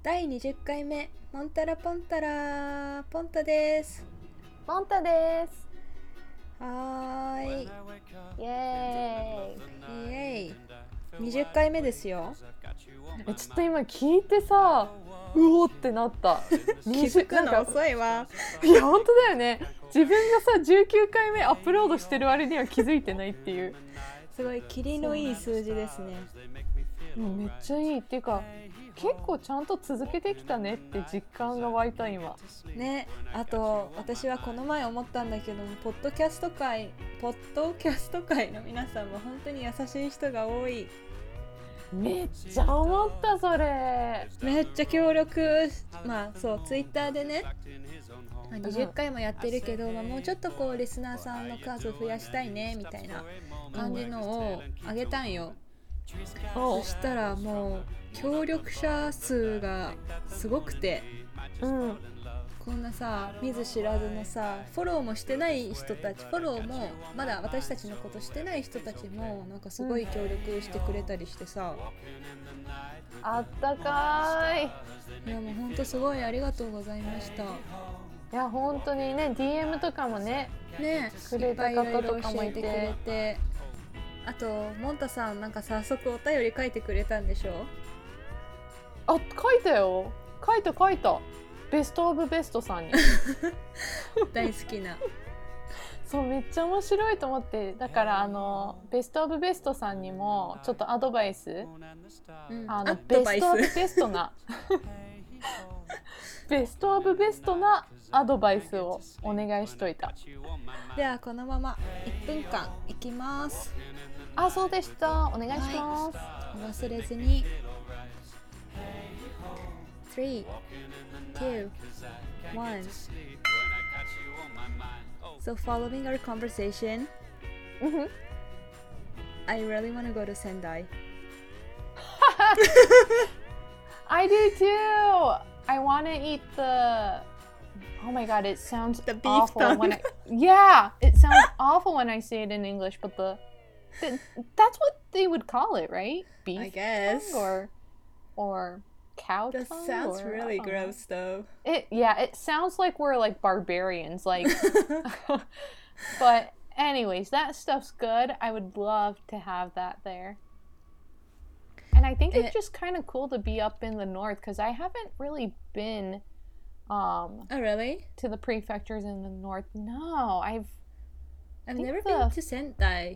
第20回目モンタラポンタラポンタです。 モンタです。 はーい、 イエイエーイ、20回目ですよ。 ーイ。ちょっと今聞いてさ、うおってなった。 気づくの遅いわ。 いや本当だよね。自分がさ19回目アップロードしてる割には気づいてないっていう。 すごいキリのいい数字ですね。 めっちゃいいっていうか、結構ちゃんと続けてきたねって実感が湧いた今ね。あと私はこの前思ったんだけども、ポッドキャスト界の皆さんも本当に優しい人が多い。 めっちゃ思ったそれ。 めっちゃ協力、そうツイッターでね、20回もやってるけど、もうちょっとこうリスナーさんの数増やしたいねみたいな感じのをあげたんよ。そしたらもう協力者数がすごくて、こんなさ見ず知らずのさフォローもしてない人たち、フォローもまだ私たちのことしてない人たちもなんかすごい協力してくれたりしてさ、 あったかいやもうほんとすごいありがとうございました。 いや本当にね DM とかもねくれた方とかもいて、 いっぱいいろいろ教えてくれて、あとモンタさんなんか早速お便り書いてくれたんでしょ。 あ、書いたよ。書いたベストオブベストさんに大好きなそうめっちゃ面白いと思って、だからベストオブベストさんにもちょっとアドバイス、ベストオブベストなベストオブベストなアドバイスをお願いしといた。 ではこのまま1分間いきます。 あ、そうでした。お願いします、 忘れずに。3, 2, 1. So following our conversation, I really want to go to Sendai. I do too. I want to eat the... Oh my god, it sounds the beef awful tongue. when Yeah, it sounds awful when I say it in English, but that's what they would call it, right? Beef I guess. tongue or cow That tongue. sounds really gross though. It sounds like we're like barbarians, like. But anyways, that stuff's good. I would love to have that there. And I think it's just kind of cool to be up in the north because I haven't really been oh really? To the prefectures in the north. No, I've never been to Sendai.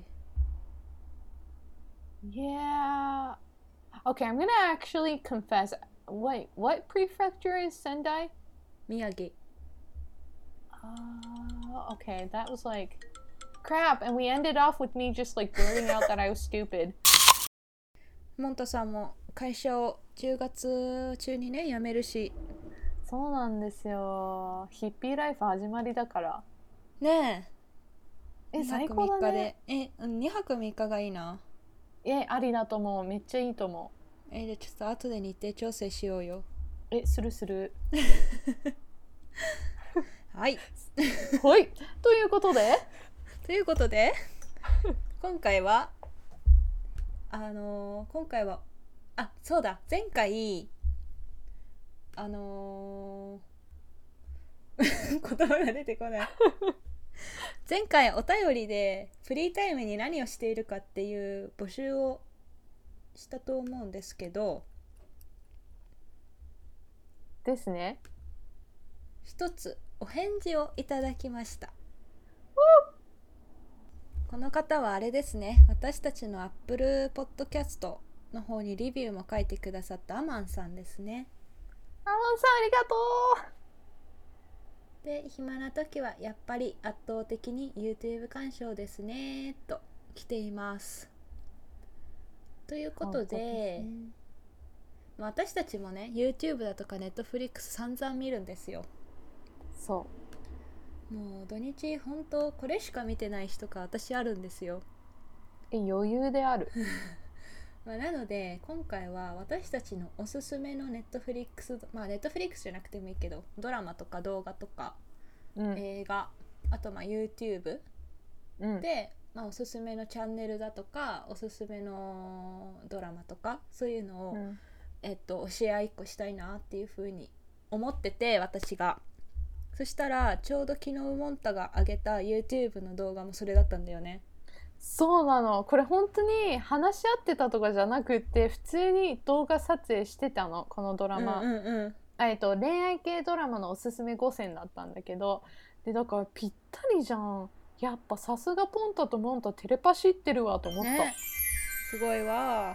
Yeah. Okay, I'm gonna actually confess. Wait, what prefecture is Sendai? Miyagi. Okay, that was like crap, and we ended off with me just like blurting out that I was stupid. モンタさんも会社を10月中にね辞めるし。 そうなんですよ。ヒッピーライフ始まりだからねえ。最高だね。 2泊3日がいいな。 ありだと思う。めっちゃいいと思う。 じゃあちょっと後で日程調整しようよ。 するはいはいということで今回はそうだ、前回言葉が出てこない前回お便りでフリータイムに何をしているかっていう募集をしたと思うんですけどですね。 一つお返事をいただきました。この方はあれですね、私たちの Apple Podcast の方にリビューも書いてくださったアマンさんですね。 アマンさんありがとう。で、暇な時はやっぱり圧倒的に YouTube 鑑賞ですねと来ています。ということで、私たちもね YouTube だとか Netflix 散々見るんですよ。 そう。 もう土日本当これしか見てない日とか私あるんですよ。 余裕であるなので今回は私たちのおすすめのNetflix、Netflix じゃなくてもいいけどドラマとか動画とか、映画、あとYouTube、で、おすすめのチャンネルだとかおすすめのドラマとかそういうのを教え合いっこしたいなっていう風に思ってて、私が。そしたらちょうど昨日モンタが上げた YouTube の動画もそれだったんだよね。 そうなの。これ本当に話し合ってたとかじゃなくって普通に動画撮影してたの、このドラマ。恋愛系ドラマのおすすめ5選だったんだけど、でだからぴったりじゃん。やっぱさすがポンタとモンタテレパシってるわと思った、ね、 すごいわ。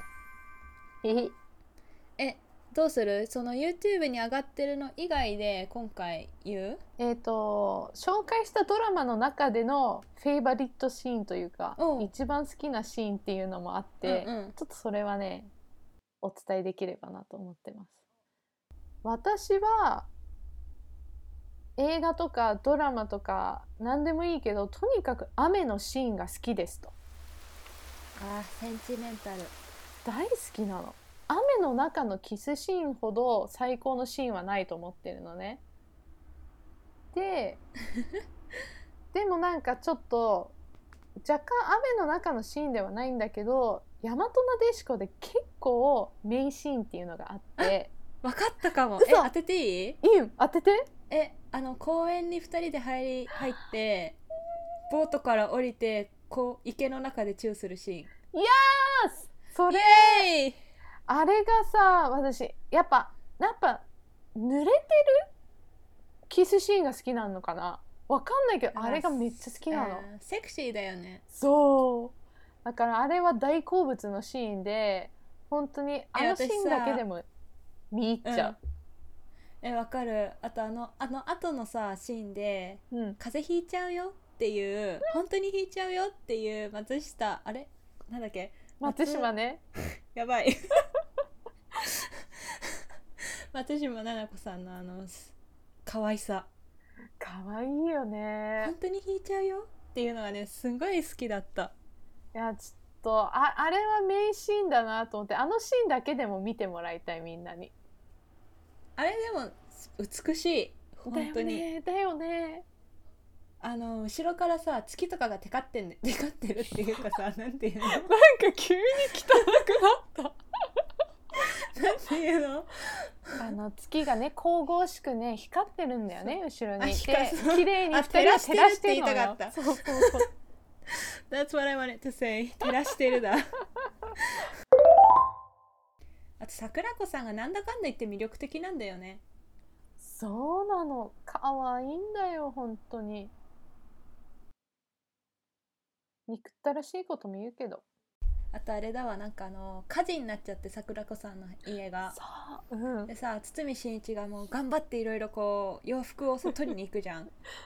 えどうする？その YouTube に上がってるの以外で今回言う？ 紹介したドラマの中でのフェイバリットシーンというか一番好きなシーンっていうのもあって、ちょっとそれはねお伝えできればなと思ってます。私は映画とかドラマとか何でもいいけど、とにかく雨のシーンが好きですと。 センチメンタル。 大好きなの。雨の中のキスシーンほど最高のシーンはないと思ってるのね。でもなんかちょっと若干雨の中のシーンではないんだけど、大和なでしこで結構メインシーンっていうのがあって。 分かったかも。当てていい？ いいよ、当てて。 公園に2人で入ってボートから降りてこう池の中でチューするシーン。 イエス！それあれがさ、私やっぱ濡れてるキスシーンが好きなのかな、わかんないけど、あれがめっちゃ好きなの。 セクシーだよね。 そうだからあれは大好物のシーンで、本当にあのシーンだけでも見入っちゃう。 わかる。あとあの後のさシーンで、風邪ひいちゃうよっていう、本当にひいちゃうよっていう松下、あれなんだっけ、 松島ねやばい松島菜々子さんの可愛さ、 可愛いよね。 本当にひいちゃうよっていうのがねすごい好きだった。 いやちょっとあれはメインシーンだなと思って、あのシーンだけでも見てもらいたい、みんなに。 あれでも美しい、本当に。 だよね。 後ろからさ月とかがテカってるっていうかさなんていうの、 なんか急に汚くなったなんていうの、 月がね神々しくね光ってるんだよね、後ろに。で綺麗に 2人を照らしてるのよ。照らしてるって言いたかった。 そう That's what I wanted to say。 照らしてるだあと桜子さんがなんだかんだ言って魅力的なんだよね。 そうなの、可愛いんだよ本当に。憎ったらしいことも言うけど。 あとあれだわ、なんか火事になっちゃって、桜子さんの家が。 そう、 でさ、堤真一がもう頑張っていろいろこう洋服を取りに行くじゃん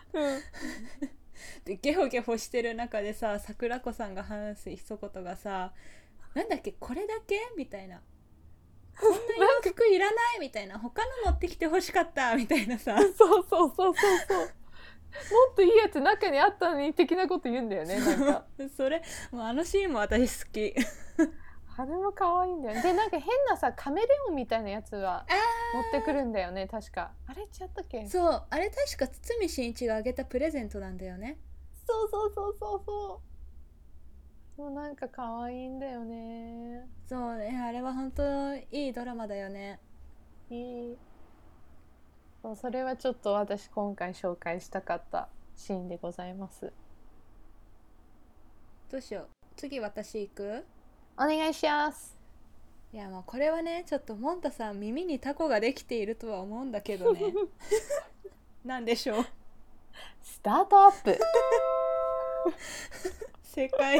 でゲホゲホしてる中でさ、桜子さんが話す一言がさ、なんだっけ、これだけみたいな、こんな洋服いらないみたいな、他の持ってきてほしかったみたいなさそうもっといいやつ中にあったのに的なこと言うんだよね、なんかそれもうあのシーンも私好きあれも可愛いんだよね。でなんか変なさカメレオンみたいなやつは持ってくるんだよね、確か。あれ違ったっけ。 そう、あれ確か堤真一があげたプレゼントなんだよね。 そうもうなんか可愛いんだよね。 そうね、あれは本当いいドラマだよね。 いい。それはちょっと私今回紹介したかったシーンでございます。 どうしよう、次私行く？ お願いします。 いやもうこれはね、ちょっとモンタさん耳にタコができているとは思うんだけどねなんでしょう。 スタートアップ正解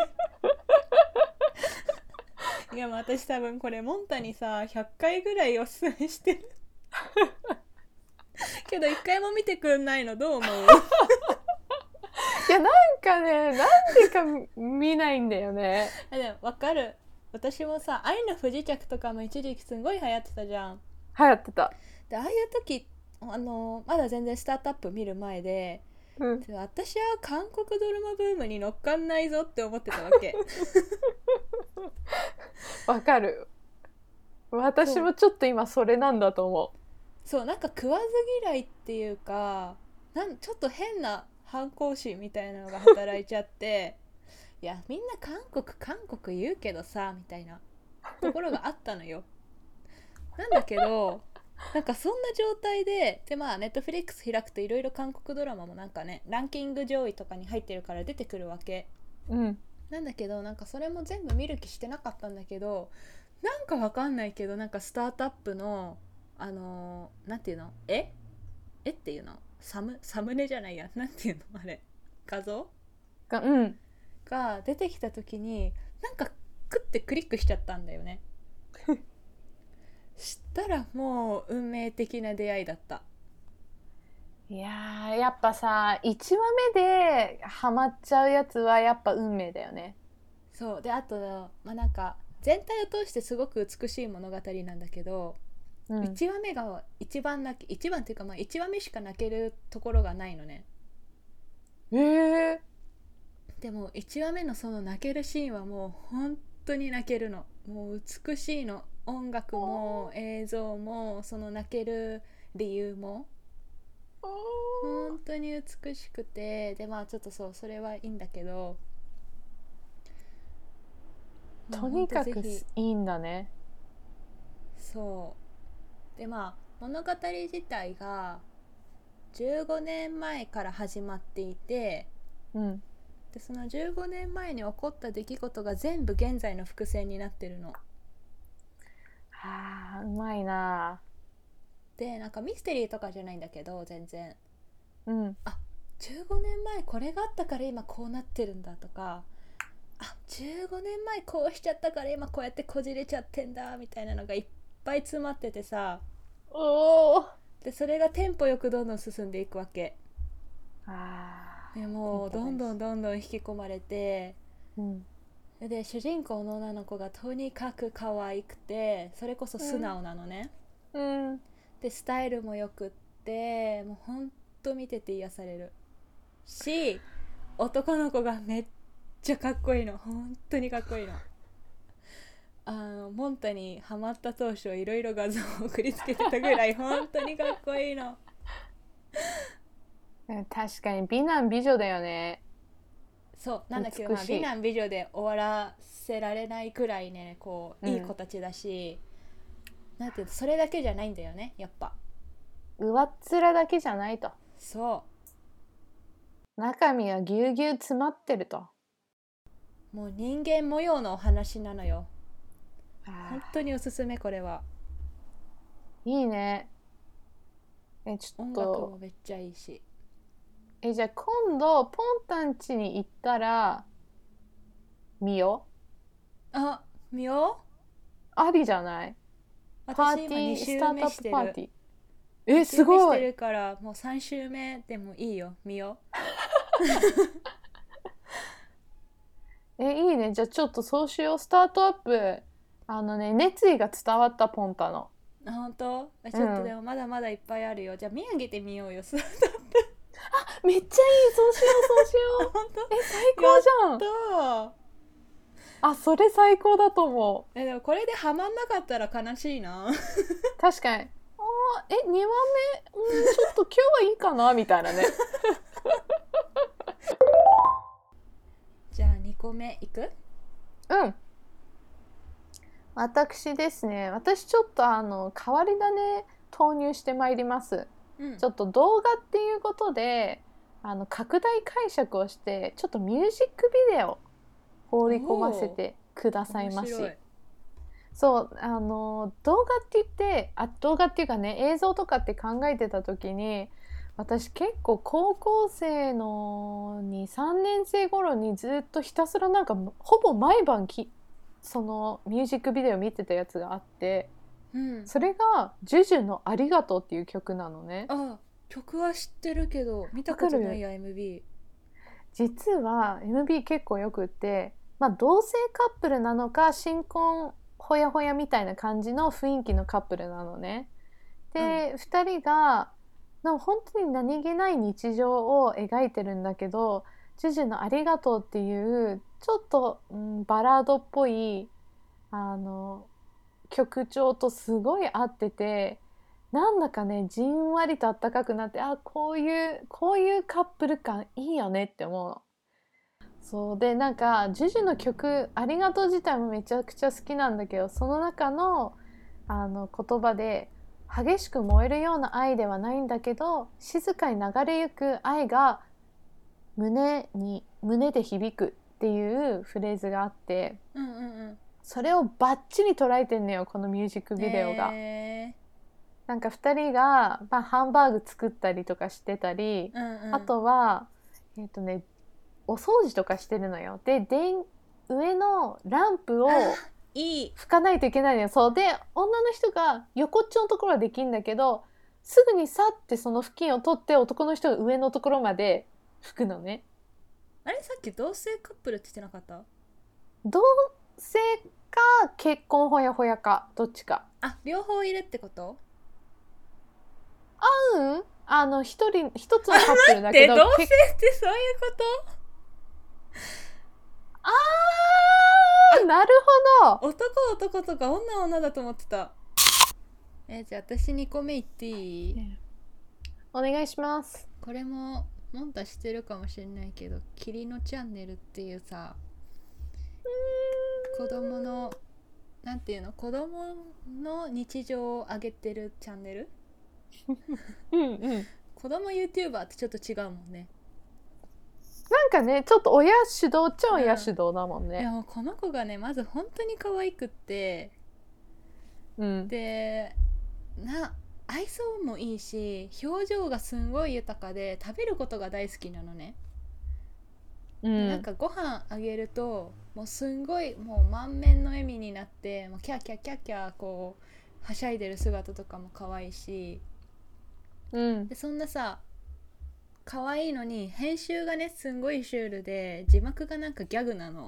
いやもう私多分これモンタにさ100回ぐらいおすすめしてるけど1回も見てくんないの、どう思う？ いやなんかね、なんでか見ないんだよね。 でも分かる。私もさ、愛の不時着とかも一時期すごい流行ってたじゃん。 流行ってた。 でああいう時まだ全然スタートアップ見る前で、私は韓国ドラマブームに乗っかんないぞって思ってたわけわかる。私もちょっと今それなんだと思う。 そう、なんか食わず嫌いっていうか、ちょっと変な反抗心みたいなのが働いちゃっていやみんな韓国言うけどさみたいなところがあったのよなんだけどなんかそんな状態でまあネットフリックス開くといろいろ韓国ドラマもなんかねランキング上位とかに入ってるから出てくるわけ、 うん、 なんだけどなんかそれも全部見る気してなかったんだけど、なんかわかんないけどなんかスタートアップのなんていうの絵っていうのサムネじゃないや、なんていうのあれ画像うん、 が出てきた時になんかクッてクリックしちゃったんだよねしたらもう運命的な出会いだった。 いやー、やっぱさ1話目でハマっちゃうやつはやっぱ運命だよね。 そうで、あとまあなんか全体を通してすごく美しい物語なんだけど、 うん、 1話目が一番っていうか、まあ1話目しか泣けるところがないのね。 ー、 でも1話目のその泣けるシーンはもう本当に泣けるの。もう美しいの、音楽も映像もその泣ける理由も本当に美しくて、でまあちょっとそれはいいんだけど、 とにかくいいんだね。 そうで、まあ物語自体が15年前から始まっていて、 うん、 でその15年前に起こった出来事が全部現在の伏線になってるの。 はあ、うまいな。 でなんかミステリーとかじゃないんだけど全然、 うん、 あ、15年前これがあったから今こうなってるんだとか、あ、15年前こうしちゃったから今こうやってこじれちゃってんだみたいなのがいっぱい詰まっててさ、 おー、 でそれがテンポよくどんどん進んでいくわけ。でもうどんどん引き込まれて、 うん、 で主人公の女の子がとにかく可愛くてそれこそ素直なのね、 うん、 でスタイルもよくってもうほんと見てて癒されるし、男の子がめっちゃかっこいいの、本当にかっこいいの。モンタにハマった当初いろいろ画像を送りつけてたぐらい本当にかっこいいの。 確かに美男美女だよね。 そうなんだけど、まあ、美男美女で終わらせられないくらいねこういい子たちだし、なんていうの、それだけじゃないんだよねやっぱ。 上っ面だけじゃないと。 そう中身はぎゅうぎゅう詰まってると。 もう人間模様のお話なのよ。本当におすすめこれは。 いいね。ちょっと音楽もめっちゃいいし。 じゃあ今度ポンタン家に行ったら見よう。あ、見よう。ありじゃない。パーティースタートアップパーティー。すごい。 してるからもう3週目でもいいよ、見よう。いいね。じゃあちょっとそうしよう。スタートアップ熱意が伝わった。ポンタの。 あ、本当？ちょっとでもまだまだいっぱいあるよ。じゃあ見上げてみようよ、スタートアップ。 あ、めっちゃいい。そうしようそうしよう。 本当？ 最高じゃん。あ、それ最高だと思う。 でもこれでハマんなかったら悲しいな。 確かに。2話目、ちょっと今日はいいかなみたいなね。 じゃあ2個目いく？ うん。私ですね。私ちょっと変わり種投入してまいります。ちょっと動画っていうことで拡大解釈をしてちょっとミュージックビデオ放り込ませてくださいまし。そう動画って言って動画っていうかね、映像とかって考えてた時に、私結構高校生の2、3年生頃にずっとひたすらなんかほぼ毎晩そのミュージックビデオ見てたやつがあって、それがジュジュのありがとうっていう曲なのね。 あ、曲は知ってるけど見たことないや MV。 実は MV 結構よくって、まあ同性カップルなのか新婚ほやほやみたいな感じの雰囲気のカップルなのね。で、2人が本当に何気ない日常を描いてるんだけど、ジュジュのありがとうっていうちょっと、バラードっぽい曲調とすごい合ってて、なんだかねじんわりとあったかくなって、こういうカップル感いいよねって思うの。そうで、なんかジュジュの曲ありがとう自体もめちゃくちゃ好きなんだけど、その中の言葉で激しく燃えるような愛ではないんだけど静かに流れゆく愛が胸で響くっていうフレーズがあって、それをバッチリ捉えてんのよこのミュージックビデオが。なんか2人が、ハンバーグ作ったりとかしてたり、あとはお掃除とかしてるのよ。で上のランプを吹かないといけないのよ。そうで女の人が横っちょのところはできるんだけどすぐにさってその付近を取って男の人が上のところまで吹くのね。 あれさっき同性カップルって言ってなかった？同性か結婚ほやほやかどっちか。 あ、両方いるってこと？ 一つのカップルだけど同性ってそういうこと？ なるほど。 男とか女だと思ってた。じゃあ私2個目言っていい？ お願いします。 これもモンタしてるかもしれないけど、キリノチャンネルっていうさ、子供のなんていうの、子供の日常を上げてるチャンネル子供 YouTuber ってちょっと違うもんね。 なんかねちょっと親主導っちゃ親主導だもんね。 いやもうこの子がねまず本当に可愛くって、で愛想もいいし表情がすんごい豊かで食べることが大好きなのね。なんかご飯あげるともうすんごいもう満面の笑みになってもうキャーキャーキャーキャーこうはしゃいでる姿とかも可愛いし、でそんなさ可愛いのに編集がねすんごいシュールで字幕がなんかギャグなの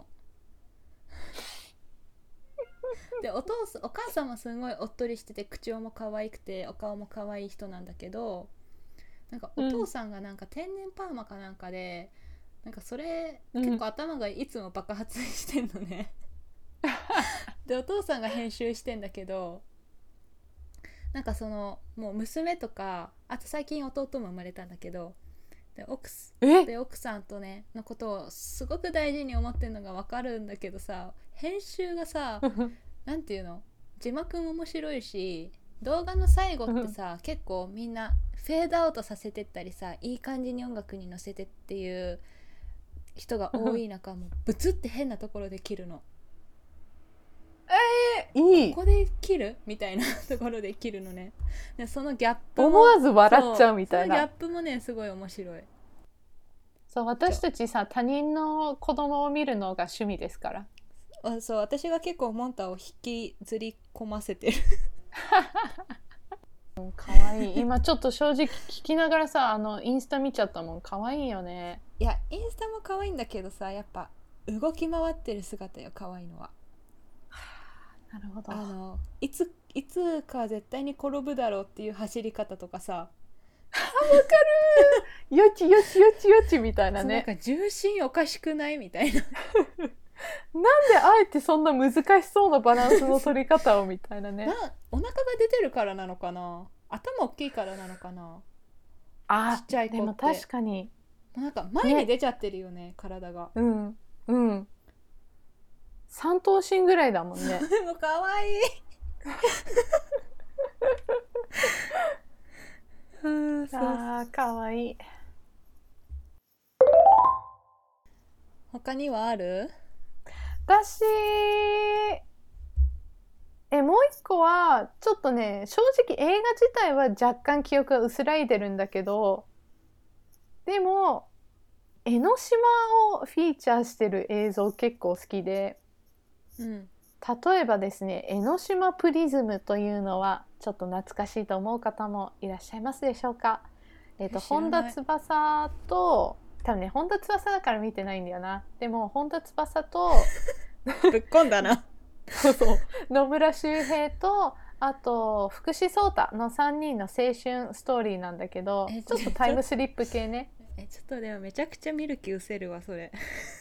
でお母さんもすんごいおっとりしてて口調も可愛くてお顔も可愛い人なんだけど、なんかお父さんがなんか天然パーマかなんかで、なんかそれ結構頭がいつも爆発してんのねでお父さんが編集してんだけど、なんかそのもう娘とかあと最近弟も生まれたんだけど、で奥さんとねのことをすごく大事に思ってるのが分かるんだけどさ、編集がさなんていうの、字幕も面白いし動画の最後ってさ結構みんなフェードアウトさせてったりさいい感じに音楽に乗せてっていう人が多い中もうブツって変なところで切るの。 いいここで切るみたいなところで切るのね。でそのギャップも思わず笑っちゃうみたいな。 そのギャップもねすごい面白い。 そう私たちさ他人の子供を見るのが趣味ですから。 そう私が結構モンタを引きずり込ませてるかわいい。今ちょっと正直聞きながらさインスタ見ちゃったもん。かわいいよね。 いやインスタも可愛いんだけどさやっぱ動き回ってる姿よ可愛いのは。 なるほど。 いつか絶対に転ぶだろうっていう走り方とかさわかるよちよちよちよちみたいなね。 なんか重心おかしくないみたいななんであえてそんな難しそうなバランスの取り方をみたいなねお腹が出てるからなのかな、頭大きいからなのかな。ちっちゃい子ってでも確かになんか前に出ちゃってるよね体が。 3頭身ぐらいだもんねでもかわいいかわいい。 他にはある？ 私もう一個はちょっとね正直映画自体は若干記憶が薄らいでるんだけど、でも江ノ島をフィーチャーしてる映像結構好きで、例えばですね江ノ島プリズムというのはちょっと懐かしいと思う方もいらっしゃいますでしょうか。本田翼と多分ね本田翼だから見てないんだよな。でも本田翼とぶっこんだなそう野村周平とあと福士蒼汰の3人の青春ストーリーなんだけど、ちょっとタイムスリップ系ね。 ちょっとでもめちゃくちゃ見る気失せるわそれ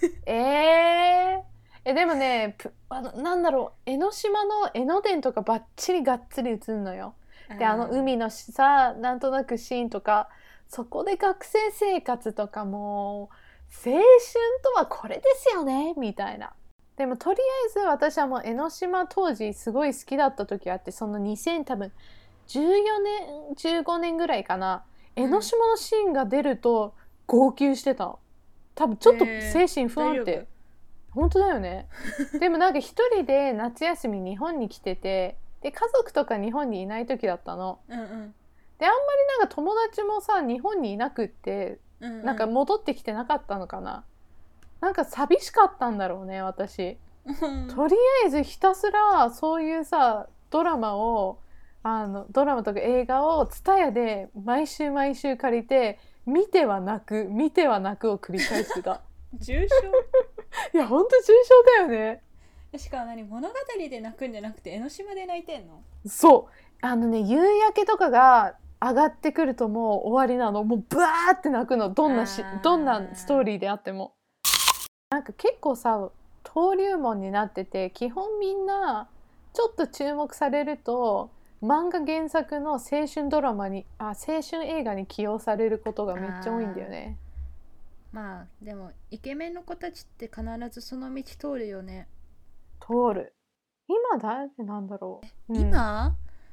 でもねなんだろう江ノ島の江ノ電とかバッチリがっつり映るのよ。で海のさなんとなくシーンとかそこで学生生活とかも青春とはこれですよねみたいな。 でもとりあえず私はもう江ノ島当時すごい好きだった時あって、その2000多分14年15年ぐらいかな、江ノ島のシーンが出ると号泣してた。多分ちょっと精神不安定、本当だよね。でもなんか一人で夏休み日本に来てて、で家族とか日本にいない時だったの、 うんうん、 であんまりなんか友達もさ日本にいなくって、うんうん、なんか戻ってきてなかったのかな、なんか寂しかったんだろうね私。とりあえずひたすらそういうさドラマとか映画をTSUTAYAで毎週毎週借りて見ては泣く見ては泣くを繰り返してた。 重症いやほんと重症だよね。 しかも物語で泣くんじゃなくて江ノ島で泣いてんの？ そう夕焼けとかが上がってくるともう終わりなの。もうブワーって泣くの、どんなストーリーであっても。なんか結構さ登竜門になってて、基本みんなちょっと注目されると漫画原作の青春映画に起用されることがめっちゃ多いんだよね。 まあでもイケメンの子たちって必ずその道通るよね。 通る。今誰なんだろう、 今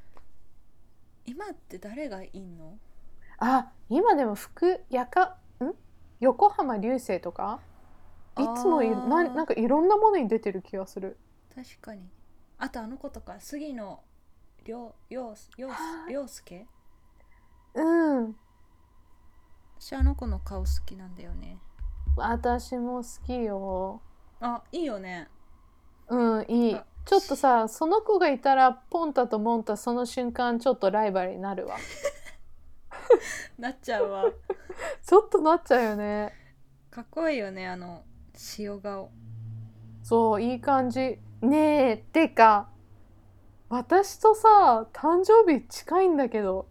って誰がいんの？ 今でも横浜流星とかいつもなんかいろんなものに出てる気がする。 確かに。あとあの子とか杉野涼介。 うん。 私あの子の顔好きなんだよね。 私も好きよ。 いいよね。 うんいい。ちょっとさその子がいたらポンタとモンタその瞬間ちょっとライバルになるわ。 なっちゃうわ。 ちょっとなっちゃうよね。 かっこいいよね塩顔。 そういい感じねえ。てか私とさ誕生日近いんだけど。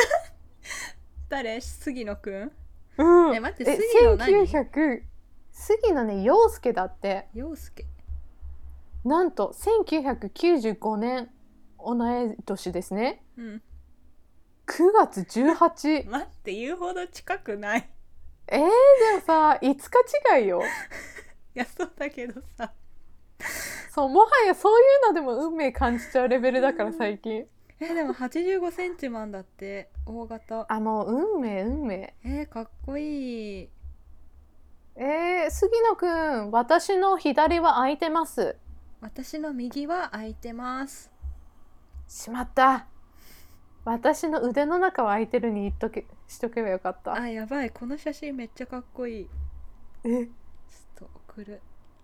誰？杉野くん？ うん。 待って杉野何？ 杉野ね陽介だって。 陽介なんと1995年同い年ですね。 うん。 9月18。 待って言うほど近くない。 でもさ5日違いよ。 いやそうだけどさ、 そうもはやそういうのでも運命感じちゃうレベルだから最近。 でも85センチマンだって。大型。 もう運命。 かっこいい。 杉野くん私の左は空いてます。 私の右は空いてます。 しまった。私の腕の中は空いてるにしとけばよかった。 やばいこの写真めっちゃかっこいい。ちょっと送る。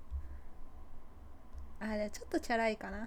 でちょっとチャラいかな。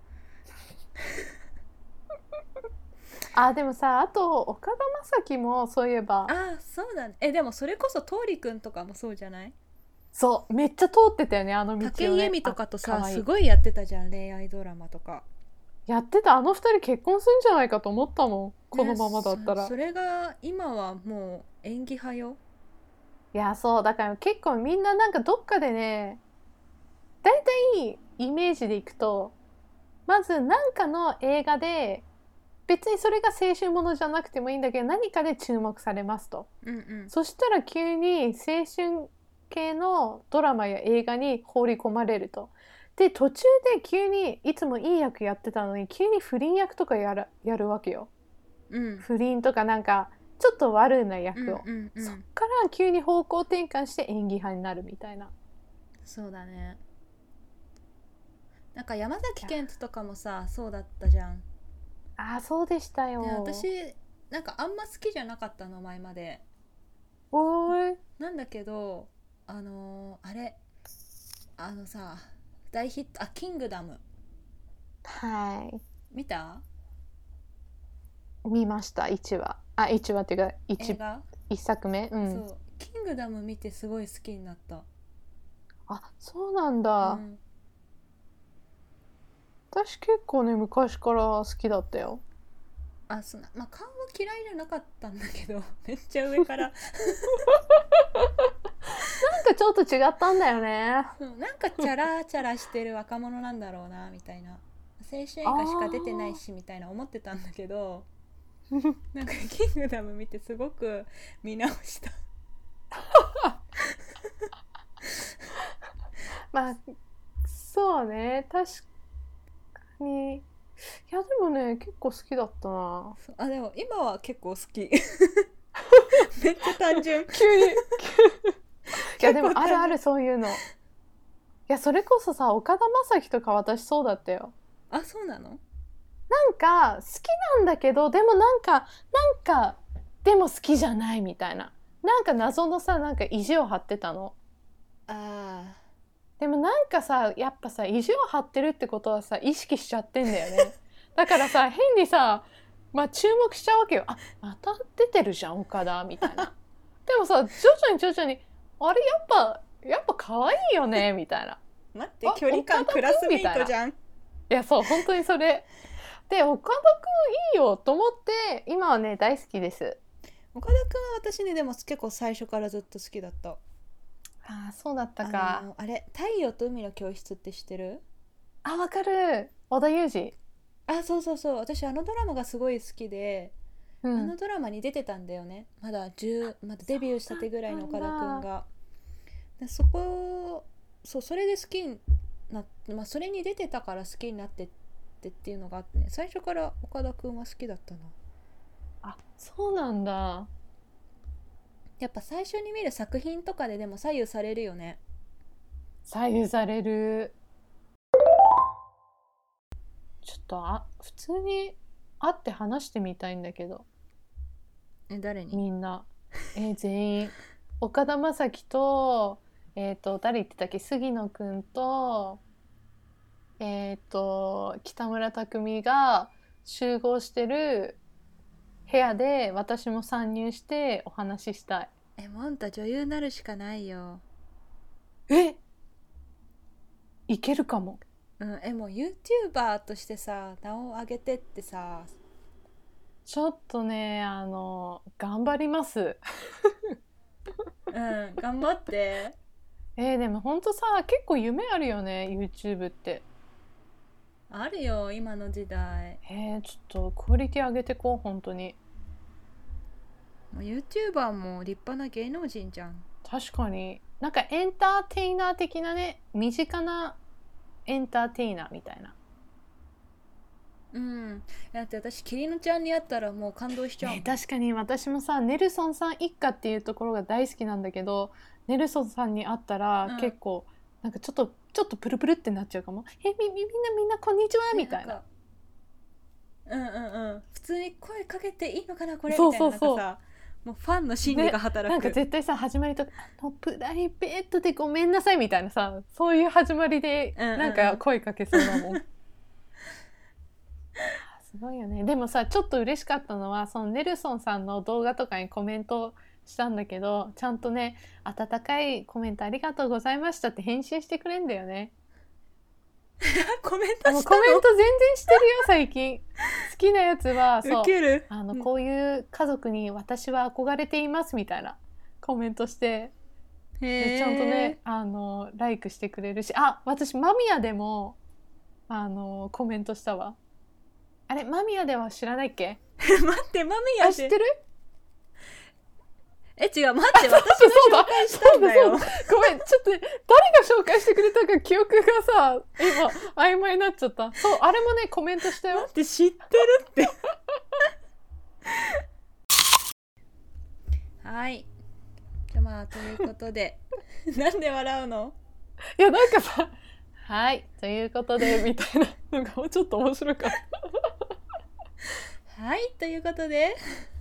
でもさあと岡田将生もそういえばそうだね。でもそれこそ桃李くんとかもそうじゃない？ そうめっちゃ通ってたよねあの道をね。 武井絵美とかとさすごいやってたじゃん恋愛ドラマとか。 やってた。あの二人結婚するんじゃないかと思ったもんこのままだったら。 それが今はもう演技派よ。 いやそうだから結構みんななんかどっかでねだいたいイメージでいくとまず何かの映画で別にそれが青春ものじゃなくてもいいんだけど何かで注目されますと、そしたら急に青春系のドラマや映画に放り込まれると。で途中で急にいつもいい役やってたのに急に不倫役とかやるわけよ、不倫とかなんかちょっと悪な役を、そっから急に方向転換して演技派になるみたいな。 そうだね。なんか山崎賢人とかもさそうだったじゃん。 そうでしたよ。 私なんかあんま好きじゃなかったの前まで。なんだけどあれさ大ヒットキングダム。見た？ 見ました1話。1話っていうか1作目。 そうキングダム見てすごい好きになった。 そうなんだ、私結構ね昔から好きだったよ。 顔は嫌いじゃなかったんだけどめっちゃ上からなんかちょっと違ったんだよね。 なんかチャラチャラしてる若者なんだろうなみたいな。青春映画しか出てないしみたいな思ってたんだけどなんかキングダム見てすごく見直したそうね、確かに。いやでもね結構好きだったな。 あ、でも今は結構好きめっちゃ単純急にいやでもあるあるそういうの。いやそれこそさ、岡田将生とか私そうだったよ。 あ、そうなの？ なんか好きなんだけど、でもなんかでも好きじゃないみたいな、なんか謎のさ、なんか意地を張ってたの。 あでもなんかさ、やっぱさ意地を張ってるってことはさ意識しちゃってんだよねだからさ変にさ、まあ、注目しちゃうわけよ。あ、また出てるじゃん岡田みたいなでもさ徐々にあれやっぱ可愛いよねみたいな。 待って、距離感クラスメイトじゃん。いやそう本当にそれで、岡田くんいいよと思って今はね大好きです。 岡田くんは私ねでも結構最初からずっと好きだった。 ああそうだったか。 あれ太陽と海の教室って知ってる？ あ、わかる、織田裕二。 あ、そうそうそう、私あのドラマがすごい好きで、 うん、 あのドラマに出てたんだよね。まだデビューしたてぐらいの岡田くんが。でそれで好きにな、まあ、それに出てたから好きになってっていうのがあってね、最初から岡田くんは好きだったな。 あ、そうなんだ。 やっぱ最初に見る作品とかででも左右されるよね。 左右される。ちょっと普通に会って話してみたいんだけど。 誰に？ みんな全員岡田将生と誰言ってたっけ、杉野くんと北村匠海が集合してる部屋で私も参入してお話ししたい。 もんた女優になるしかないよ。 いけるかも。 うん、もう YouTuber としてさ名を上げてってさ。 ちょっとね頑張りますうん頑張ってでもほんとさ結構夢あるよね YouTube って。 あるよ今の時代。 ちょっとクオリティ上げてこう本当に。 もう YouTuber も立派な芸能人じゃん。 確かになんかエンターテイナー的なね、身近なエンターテイナーみたいな。 うん、だって私キリノちゃんに会ったらもう感動しちゃう、 確かに私もさネルソンさん一家っていうところが大好きなんだけど、ネルソンさんに会ったら結構、なんかちょっとプルプルってなっちゃうかも。みんなこんにちはみたいな。 普通に声かけていいのかなこれみたいな。なんかさもうファンの心理が働く、 なんか絶対さ始まりとかプライベートでごめんなさいみたいなさ、そういう始まりでなんか声かけそうだもん、すごいよね。でもさちょっと嬉しかったのはそのネルソンさんの動画とかにコメントしたんだけど、ちゃんとね温かいコメントありがとうございましたって返信してくれんだよねコメントしたの？ コメント全然してるよ最近。好きなやつはそうウケる。 こういう家族に私は憧れていますみたいなコメントして、でちゃんとねライクしてくれるし、私間宮でもコメントしたわ。あれ間宮では知らないっけ待って間宮で知ってる？ 違う待って、私が紹介したんだよ。 ごめんちょっと、ね、誰が紹介してくれたか記憶がさ今曖昧になっちゃった。そうあれもねコメントしたよ。 待って知ってるってはいじゃまあということでなんで笑うの？ いやなんかさはいということでみたいなのがもうちょっと面白かったはいということで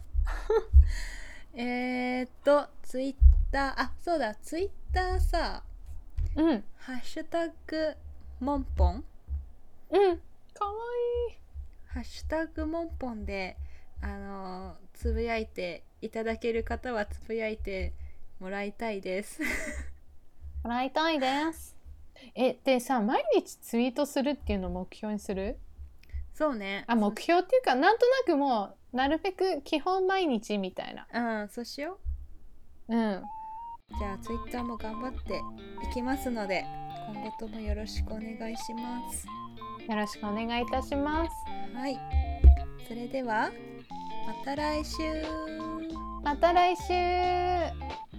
ツイッターそうだツイッターさ、ハッシュタグモンポン、 かわいい。 ハッシュタグモンポンでつぶやいていただける方はつぶやいてもらいたいですもらいたいです。でさ毎日ツイートするっていうのを目標にする？ そうね。 目標っていうかなんとなくもうなるべく基本毎日みたいな。 そうしよう。 じゃあツイッターも頑張っていきますので今後ともよろしくお願いします。 よろしくお願いいたします。 はい。それではまた来週。 また来週。